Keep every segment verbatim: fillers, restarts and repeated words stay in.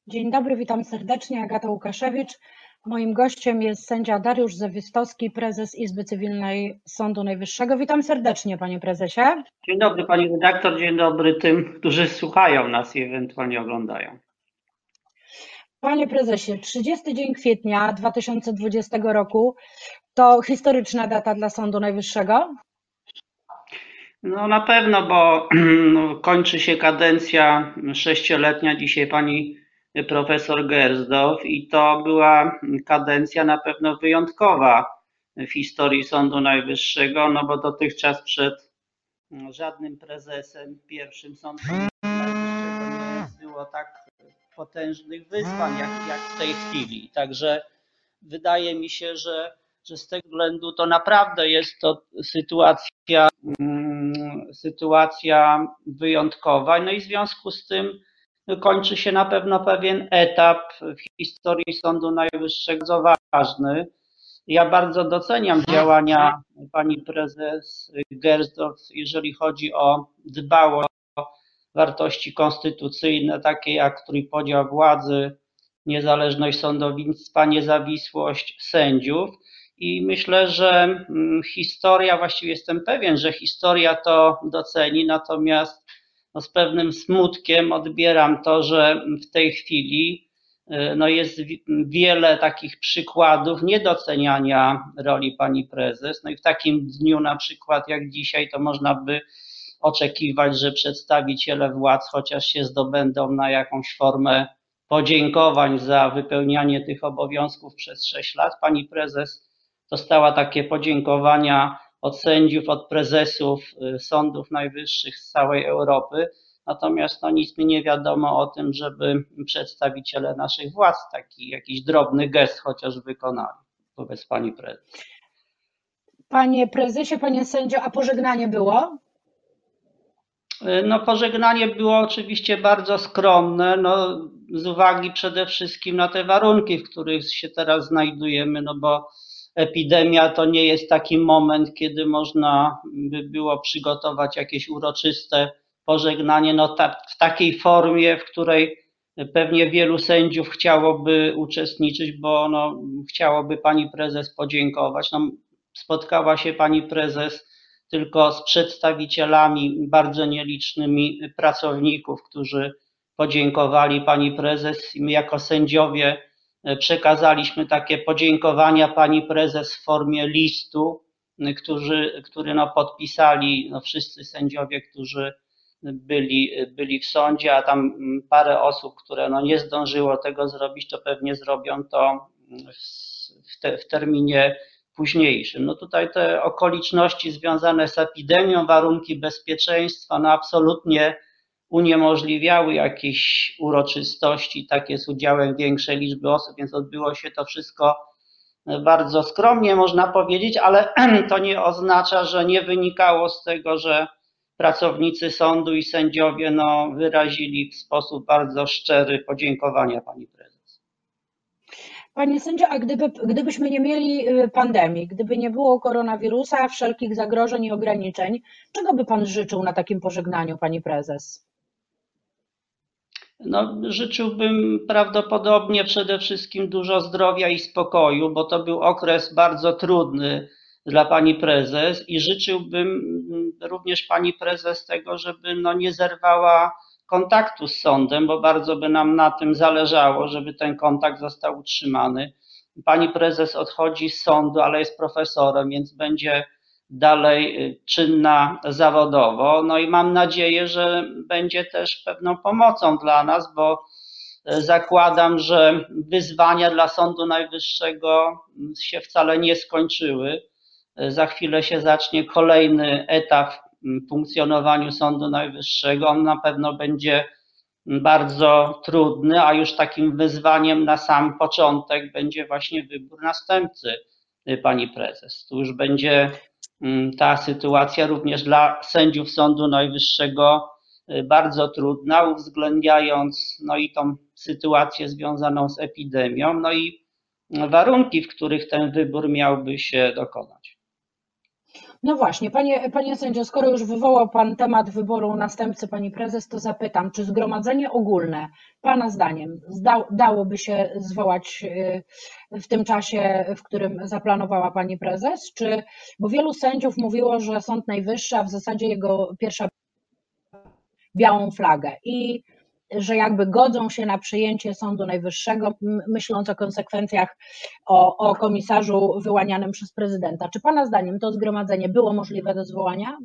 Dzień dobry, witam serdecznie. Agata Łukaszewicz. Moim gościem jest sędzia Dariusz Zawistowski, prezes Izby Cywilnej Sądu Najwyższego. Witam serdecznie, panie prezesie. Dzień dobry pani redaktor, dzień dobry tym, którzy słuchają nas i ewentualnie oglądają. Panie prezesie, trzydziesty dzień kwietnia dwa tysiące dwudziestego roku to historyczna data dla Sądu Najwyższego? No na pewno, bo no, kończy się kadencja sześcioletnia dzisiaj pani profesor Gersdorf i to była kadencja na pewno wyjątkowa w historii Sądu Najwyższego, no bo dotychczas przed żadnym prezesem pierwszym Sądu Najwyższego nie było tak potężnych wyzwań jak, jak w tej chwili. Także wydaje mi się, że, że z tego względu to naprawdę jest to sytuacja, um, sytuacja wyjątkowa. No i w związku z tym kończy się na pewno pewien etap w historii Sądu Najwyższego bardzo ważny. Ja bardzo doceniam działania pani prezes Gersdorf, jeżeli chodzi o dbałość o wartości konstytucyjne, takie jak trójpodział władzy, niezależność sądownictwa, niezawisłość sędziów. I myślę, że historia, właściwie jestem pewien, że historia to doceni, natomiast no z pewnym smutkiem odbieram to, że w tej chwili no jest wiele takich przykładów niedoceniania roli pani prezes. No i w takim dniu na przykład jak dzisiaj to można by oczekiwać, że przedstawiciele władz chociaż się zdobędą na jakąś formę podziękowań za wypełnianie tych obowiązków przez sześć lat. Pani prezes dostała takie podziękowania od sędziów, od prezesów sądów najwyższych z całej Europy. Natomiast no, nic mi nie wiadomo o tym, żeby przedstawiciele naszych władz taki jakiś drobny gest chociaż wykonali wobec pani prezes. Panie prezesie, panie sędzio, a pożegnanie było? No pożegnanie było oczywiście bardzo skromne, no, z uwagi przede wszystkim na te warunki, w których się teraz znajdujemy, no bo epidemia to nie jest taki moment, kiedy można by było przygotować jakieś uroczyste pożegnanie, no ta, w takiej formie, w której pewnie wielu sędziów chciałoby uczestniczyć, bo no, chciałoby pani prezes podziękować. No, spotkała się pani prezes tylko z przedstawicielami bardzo nielicznymi pracowników, którzy podziękowali pani prezes. I my jako sędziowie przekazaliśmy takie podziękowania pani prezes w formie listu, którzy, który no podpisali no wszyscy sędziowie, którzy byli, byli w sądzie, a tam parę osób, które no nie zdążyło tego zrobić, to pewnie zrobią to w, te, w terminie późniejszym. No tutaj te okoliczności związane z epidemią, warunki bezpieczeństwa, no absolutnie uniemożliwiały jakieś uroczystości takie z udziałem większej liczby osób, więc odbyło się to wszystko bardzo skromnie, można powiedzieć, ale to nie oznacza, że nie wynikało z tego, że pracownicy sądu i sędziowie no, wyrazili w sposób bardzo szczery podziękowania pani prezes. Panie sędzio, a gdyby, gdybyśmy nie mieli pandemii, gdyby nie było koronawirusa, wszelkich zagrożeń i ograniczeń, czego by pan życzył na takim pożegnaniu, pani prezes? No, życzyłbym prawdopodobnie przede wszystkim dużo zdrowia i spokoju, bo to był okres bardzo trudny dla pani prezes i życzyłbym również pani prezes tego, żeby no nie zerwała kontaktu z sądem, bo bardzo by nam na tym zależało, żeby ten kontakt został utrzymany. Pani prezes odchodzi z sądu, ale jest profesorem, więc będzie dalej czynna zawodowo. No i mam nadzieję, że będzie też pewną pomocą dla nas, bo zakładam, że wyzwania dla Sądu Najwyższego się wcale nie skończyły. Za chwilę się zacznie kolejny etap w funkcjonowaniu Sądu Najwyższego. On na pewno będzie bardzo trudny, a już takim wyzwaniem na sam początek będzie właśnie wybór następcy pani prezes. Tu już będzie ta sytuacja również dla sędziów Sądu Najwyższego bardzo trudna, uwzględniając no i tą sytuację związaną z epidemią, no i warunki, w których ten wybór miałby się dokonać. No właśnie, panie, panie sędzio, skoro już wywołał pan temat wyboru następcy pani prezes, to zapytam, czy zgromadzenie ogólne, pana zdaniem, zda, dałoby się zwołać y, w tym czasie, w którym zaplanowała pani prezes? Czy, bo wielu sędziów mówiło, że Sąd Najwyższy, a w zasadzie jego pierwsza białą flagę i że jakby godzą się na przyjęcie Sądu Najwyższego, myśląc o konsekwencjach, o, o komisarzu wyłanianym przez prezydenta. Czy pana zdaniem to zgromadzenie było możliwe do zwołania?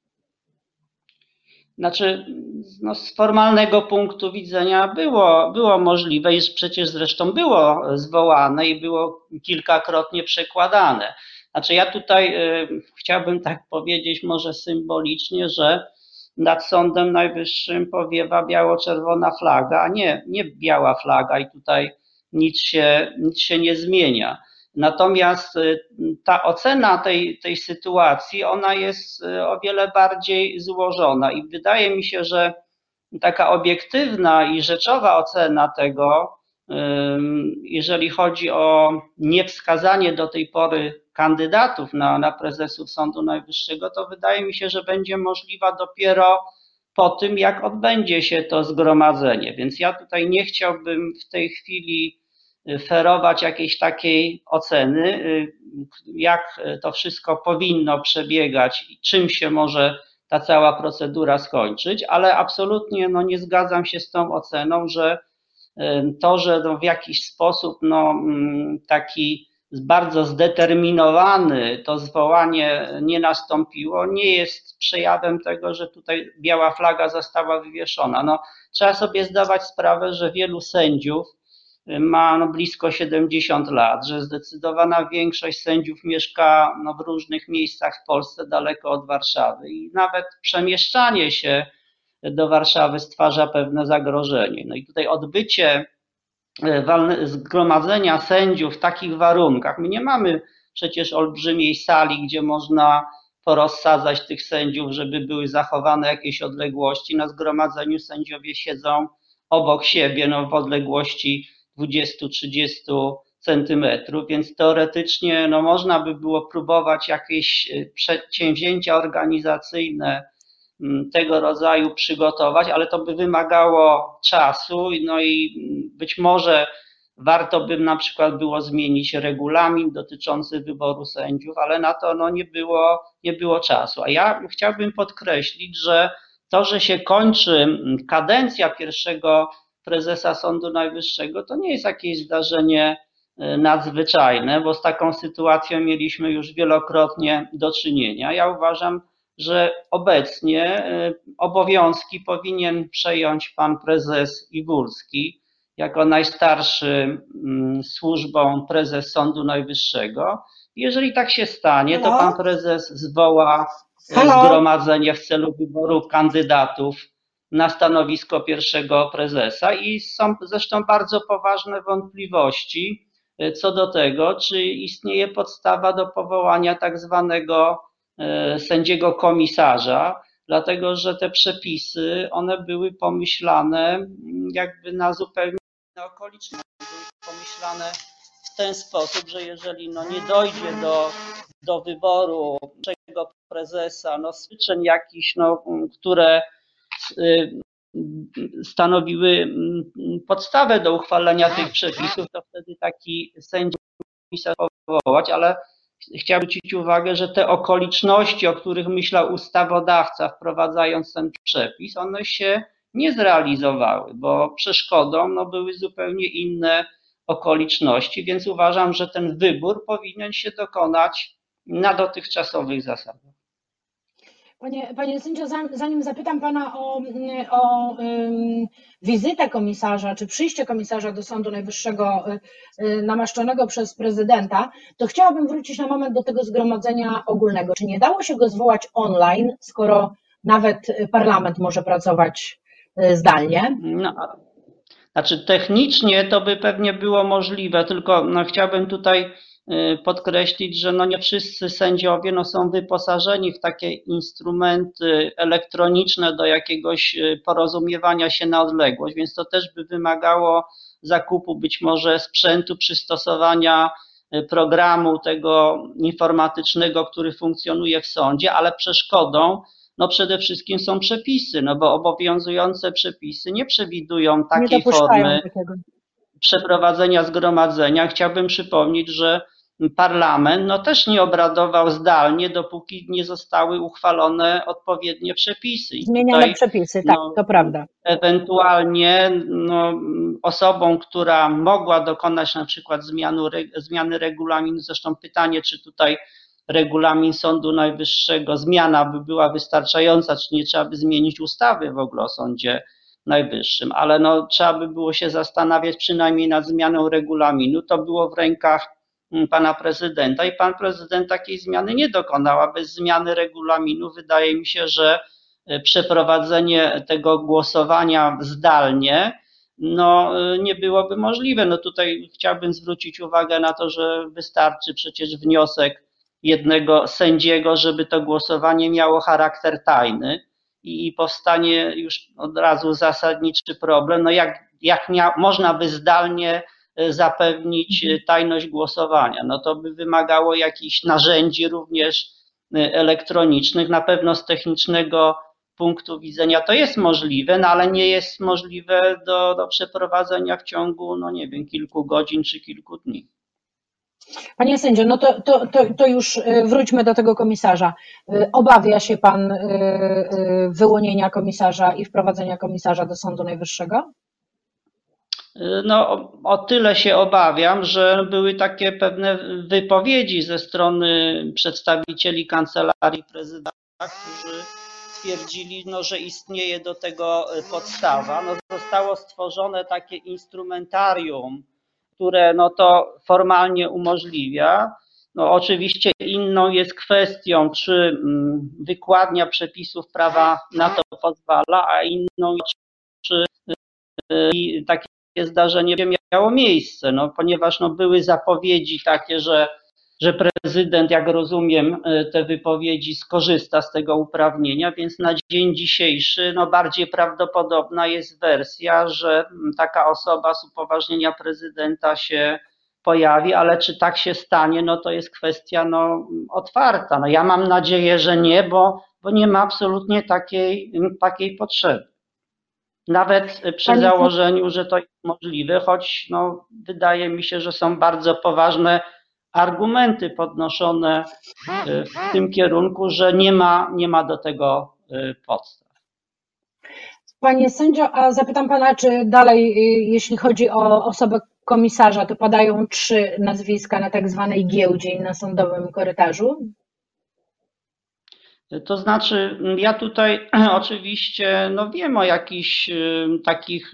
Znaczy, no z formalnego punktu widzenia było, było możliwe i przecież zresztą było zwołane i było kilkakrotnie przekładane. Znaczy ja tutaj y, chciałbym tak powiedzieć może symbolicznie, że nad Sądem Najwyższym powiewa biało-czerwona flaga, a nie, nie biała flaga i tutaj nic się, nic się nie zmienia. Natomiast ta ocena tej, tej sytuacji, ona jest o wiele bardziej złożona i wydaje mi się, że taka obiektywna i rzeczowa ocena tego, jeżeli chodzi o niewskazanie do tej pory kandydatów na, na prezesów Sądu Najwyższego, to wydaje mi się, że będzie możliwa dopiero po tym, jak odbędzie się to zgromadzenie. Więc ja tutaj nie chciałbym w tej chwili ferować jakiejś takiej oceny, jak to wszystko powinno przebiegać i czym się może ta cała procedura skończyć, ale absolutnie no, nie zgadzam się z tą oceną, że to, że no, w jakiś sposób no, taki bardzo zdeterminowany to zwołanie nie nastąpiło, nie jest przejawem tego, że tutaj biała flaga została wywieszona. No, trzeba sobie zdawać sprawę, że wielu sędziów ma no, blisko siedemdziesiąt lat, że zdecydowana większość sędziów mieszka no, w różnych miejscach w Polsce, daleko od Warszawy i nawet przemieszczanie się do Warszawy stwarza pewne zagrożenie. No i tutaj odbycie zgromadzenia sędziów w takich warunkach, my nie mamy przecież olbrzymiej sali, gdzie można porozsadzać tych sędziów, żeby były zachowane jakieś odległości. Na zgromadzeniu sędziowie siedzą obok siebie, no w odległości dwadzieścia trzydzieści centymetrów, więc teoretycznie no, można by było próbować jakieś przedsięwzięcia organizacyjne tego rodzaju przygotować, ale to by wymagało czasu, no i być może warto by na przykład było zmienić regulamin dotyczący wyboru sędziów, ale na to no, nie było, nie było czasu. A ja chciałbym podkreślić, że to, że się kończy kadencja pierwszego prezesa Sądu Najwyższego, to nie jest jakieś zdarzenie nadzwyczajne, bo z taką sytuacją mieliśmy już wielokrotnie do czynienia. Ja uważam, że obecnie obowiązki powinien przejąć pan prezes Iwulski jako najstarszy służbą prezes Sądu Najwyższego. Jeżeli tak się stanie, to pan prezes zwoła Halo? zgromadzenie w celu wyboru kandydatów na stanowisko pierwszego prezesa i są zresztą bardzo poważne wątpliwości co do tego, czy istnieje podstawa do powołania tak zwanego sędziego komisarza, dlatego że te przepisy, one były pomyślane jakby na zupełnie inne okoliczności, były pomyślane w ten sposób, że jeżeli no nie dojdzie do, do wyboru pierwszego prezesa, no przyczyn jakichś, no, które stanowiły podstawę do uchwalenia tych przepisów, to wtedy taki sędzia komisarz powołać, ale chciałbym zwrócić uwagę, że te okoliczności, o których myślał ustawodawca wprowadzając ten przepis, one się nie zrealizowały, bo przeszkodą no, były zupełnie inne okoliczności, więc uważam, że ten wybór powinien się dokonać na dotychczasowych zasadach. Panie, panie sędzio, zanim zapytam pana o, o um, wizytę komisarza, czy przyjście komisarza do Sądu Najwyższego um, namaszczonego przez prezydenta, to chciałabym wrócić na moment do tego zgromadzenia ogólnego. Czy nie dało się go zwołać online, skoro nawet parlament może pracować zdalnie? No, znaczy technicznie to by pewnie było możliwe, tylko no, chciałbym tutaj podkreślić, że no nie wszyscy sędziowie no są wyposażeni w takie instrumenty elektroniczne do jakiegoś porozumiewania się na odległość, więc to też by wymagało zakupu być może sprzętu, przystosowania programu tego informatycznego, który funkcjonuje w sądzie, ale przeszkodą no przede wszystkim są przepisy, no bo obowiązujące przepisy nie przewidują takiej Nie dopuszczają formy takiego. przeprowadzenia zgromadzenia. Chciałbym przypomnieć, że parlament no też nie obradował zdalnie, dopóki nie zostały uchwalone odpowiednie przepisy. I Zmieniane tutaj, przepisy, tak, no, to prawda. ewentualnie no, osobą, która mogła dokonać na przykład zmianu, zmiany regulaminu, zresztą pytanie, czy tutaj regulamin Sądu Najwyższego, zmiana by była wystarczająca, czy nie trzeba by zmienić ustawy w ogóle o Sądzie Najwyższym, ale no, trzeba by było się zastanawiać przynajmniej nad zmianą regulaminu. To było w rękach pana prezydenta i pan prezydent takiej zmiany nie dokonał, a bez zmiany regulaminu wydaje mi się, że przeprowadzenie tego głosowania zdalnie no, nie byłoby możliwe. No tutaj chciałbym zwrócić uwagę na to, że wystarczy przecież wniosek jednego sędziego, żeby to głosowanie miało charakter tajny i powstanie już od razu zasadniczy problem, no jak, jak mia, można by zdalnie zapewnić tajność głosowania, no to by wymagało jakichś narzędzi również elektronicznych, na pewno z technicznego punktu widzenia to jest możliwe, no ale nie jest możliwe do, do przeprowadzenia w ciągu, no nie wiem, kilku godzin czy kilku dni. Panie sędzio, no to, to, to, to już wróćmy do tego komisarza. Obawia się pan wyłonienia komisarza i wprowadzenia komisarza do Sądu Najwyższego? No, o, o tyle się obawiam, że były takie pewne wypowiedzi ze strony przedstawicieli Kancelarii Prezydenta, którzy stwierdzili, no, że istnieje do tego podstawa. No, zostało stworzone takie instrumentarium, które no, to formalnie umożliwia. No, oczywiście inną jest kwestią, czy wykładnia przepisów prawa na to pozwala, a inną, czy takie zdarzenie miało miejsce, no, ponieważ no, były zapowiedzi takie, że, że prezydent, jak rozumiem, te wypowiedzi skorzysta z tego uprawnienia, więc na dzień dzisiejszy no, bardziej prawdopodobna jest wersja, że taka osoba z upoważnienia prezydenta się pojawi, ale czy tak się stanie, no to jest kwestia no, otwarta. No, ja mam nadzieję, że nie, bo, bo nie ma absolutnie takiej, takiej potrzeby. Nawet przy Panie... założeniu, że to jest możliwe, choć no, wydaje mi się, że są bardzo poważne argumenty podnoszone w tym kierunku, że nie ma, nie ma do tego podstaw. Panie sędzio, a zapytam pana, czy dalej, jeśli chodzi o osobę komisarza, to padają trzy nazwiska na tak zwanej giełdzie i na sądowym korytarzu? To znaczy, ja tutaj oczywiście no wiem o jakichś takich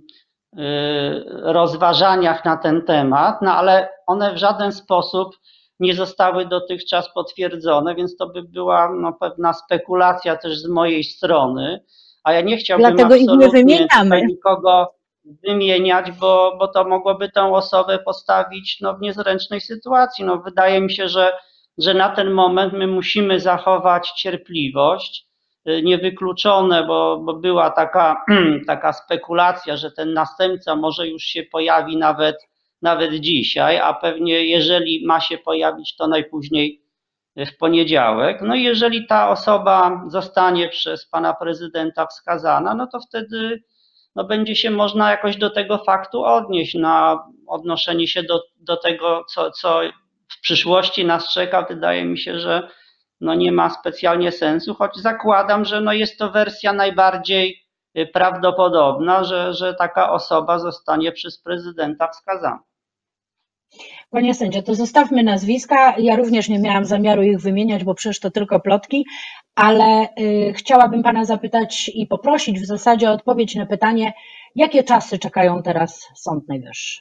rozważaniach na ten temat, no ale one w żaden sposób nie zostały dotychczas potwierdzone, więc to by była no, pewna spekulacja też z mojej strony, a ja nie chciałbym Dlatego absolutnie tutaj nikogo wymieniać, bo, bo to mogłoby tę osobę postawić no, w niezręcznej sytuacji. No, wydaje mi się, że że na ten moment my musimy zachować cierpliwość, niewykluczone, bo, bo była taka, taka spekulacja, że ten następca może już się pojawi nawet, nawet dzisiaj, a pewnie jeżeli ma się pojawić, to najpóźniej w poniedziałek. No i jeżeli ta osoba zostanie przez pana prezydenta wskazana, no to wtedy no będzie się można jakoś do tego faktu odnieść, na odnoszenie się do, do tego, co, co w przyszłości nas czeka, wydaje mi się, że no nie ma specjalnie sensu, choć zakładam, że no jest to wersja najbardziej prawdopodobna, że, że taka osoba zostanie przez prezydenta wskazana. Panie sędzio, to zostawmy nazwiska. Ja również nie miałam zamiaru ich wymieniać, bo przecież to tylko plotki, ale y, chciałabym pana zapytać i poprosić w zasadzie o odpowiedź na pytanie, jakie czasy czekają teraz Sąd Najwyższy?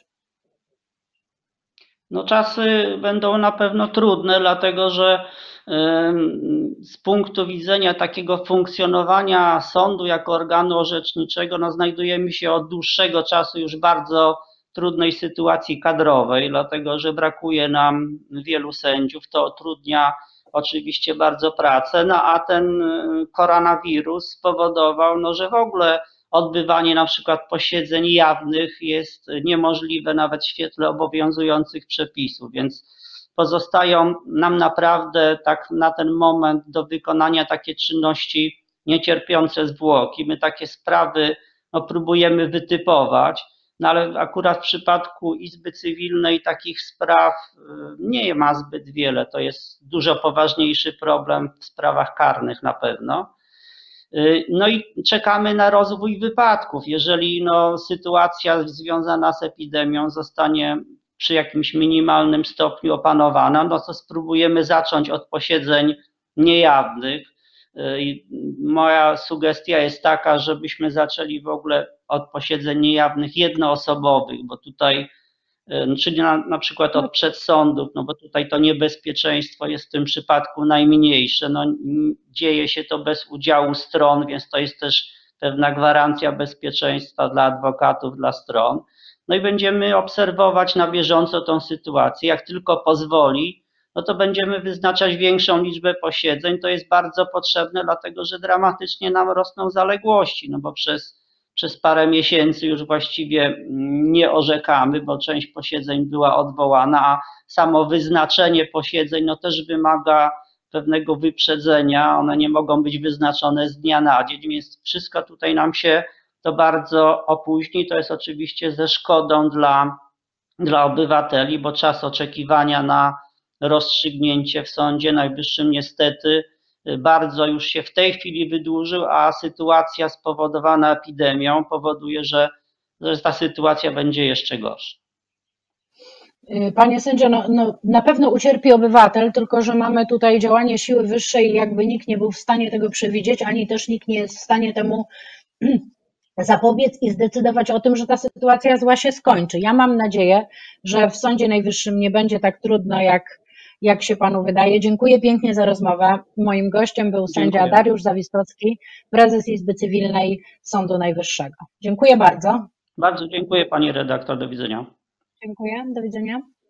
No czasy będą na pewno trudne, dlatego że z punktu widzenia takiego funkcjonowania sądu jako organu orzeczniczego, no znajdujemy się od dłuższego czasu już w bardzo trudnej sytuacji kadrowej, dlatego że brakuje nam wielu sędziów, to utrudnia oczywiście bardzo pracę, no a ten koronawirus spowodował, no, że w ogóle odbywanie na przykład posiedzeń jawnych jest niemożliwe nawet w świetle obowiązujących przepisów, więc pozostają nam naprawdę tak na ten moment do wykonania takie czynności niecierpiące zwłoki. My takie sprawy no, próbujemy wytypować, no ale akurat w przypadku Izby Cywilnej takich spraw nie ma zbyt wiele. To jest dużo poważniejszy problem w sprawach karnych na pewno. No i czekamy na rozwój wypadków. Jeżeli no, sytuacja związana z epidemią zostanie przy jakimś minimalnym stopniu opanowana, no to spróbujemy zacząć od posiedzeń niejawnych. Moja sugestia jest taka, żebyśmy zaczęli w ogóle od posiedzeń niejawnych jednoosobowych, bo tutaj, czyli na, na przykład od przedsądów, no bo tutaj to niebezpieczeństwo jest w tym przypadku najmniejsze. No, dzieje się to bez udziału stron, więc to jest też pewna gwarancja bezpieczeństwa dla adwokatów, dla stron. No i będziemy obserwować na bieżąco tą sytuację. Jak tylko pozwoli, no to będziemy wyznaczać większą liczbę posiedzeń. To jest bardzo potrzebne, dlatego że dramatycznie nam rosną zaległości, no bo przez, przez parę miesięcy już właściwie nie orzekamy, bo część posiedzeń była odwołana, a samo wyznaczenie posiedzeń no też wymaga pewnego wyprzedzenia. One nie mogą być wyznaczone z dnia na dzień, więc wszystko tutaj nam się to bardzo opóźni. To jest oczywiście ze szkodą dla, dla obywateli, bo czas oczekiwania na rozstrzygnięcie w Sądzie Najwyższym niestety bardzo już się w tej chwili wydłużył, a sytuacja spowodowana epidemią powoduje, że, że ta sytuacja będzie jeszcze gorsza. Panie sędzio, no, no, na pewno ucierpi obywatel, tylko że mamy tutaj działanie siły wyższej i jakby nikt nie był w stanie tego przewidzieć, ani też nikt nie jest w stanie temu zapobiec i zdecydować o tym, że ta sytuacja zła się skończy. Ja mam nadzieję, że w Sądzie Najwyższym nie będzie tak trudno, jak, jak się panu wydaje. Dziękuję pięknie za rozmowę. Moim gościem był sędzia Dziękuję. Dariusz Zawistowski, prezes Izby Cywilnej Sądu Najwyższego. Dziękuję bardzo. Bardzo dziękuję pani redaktor. Do widzenia. Dziękuję. Do widzenia.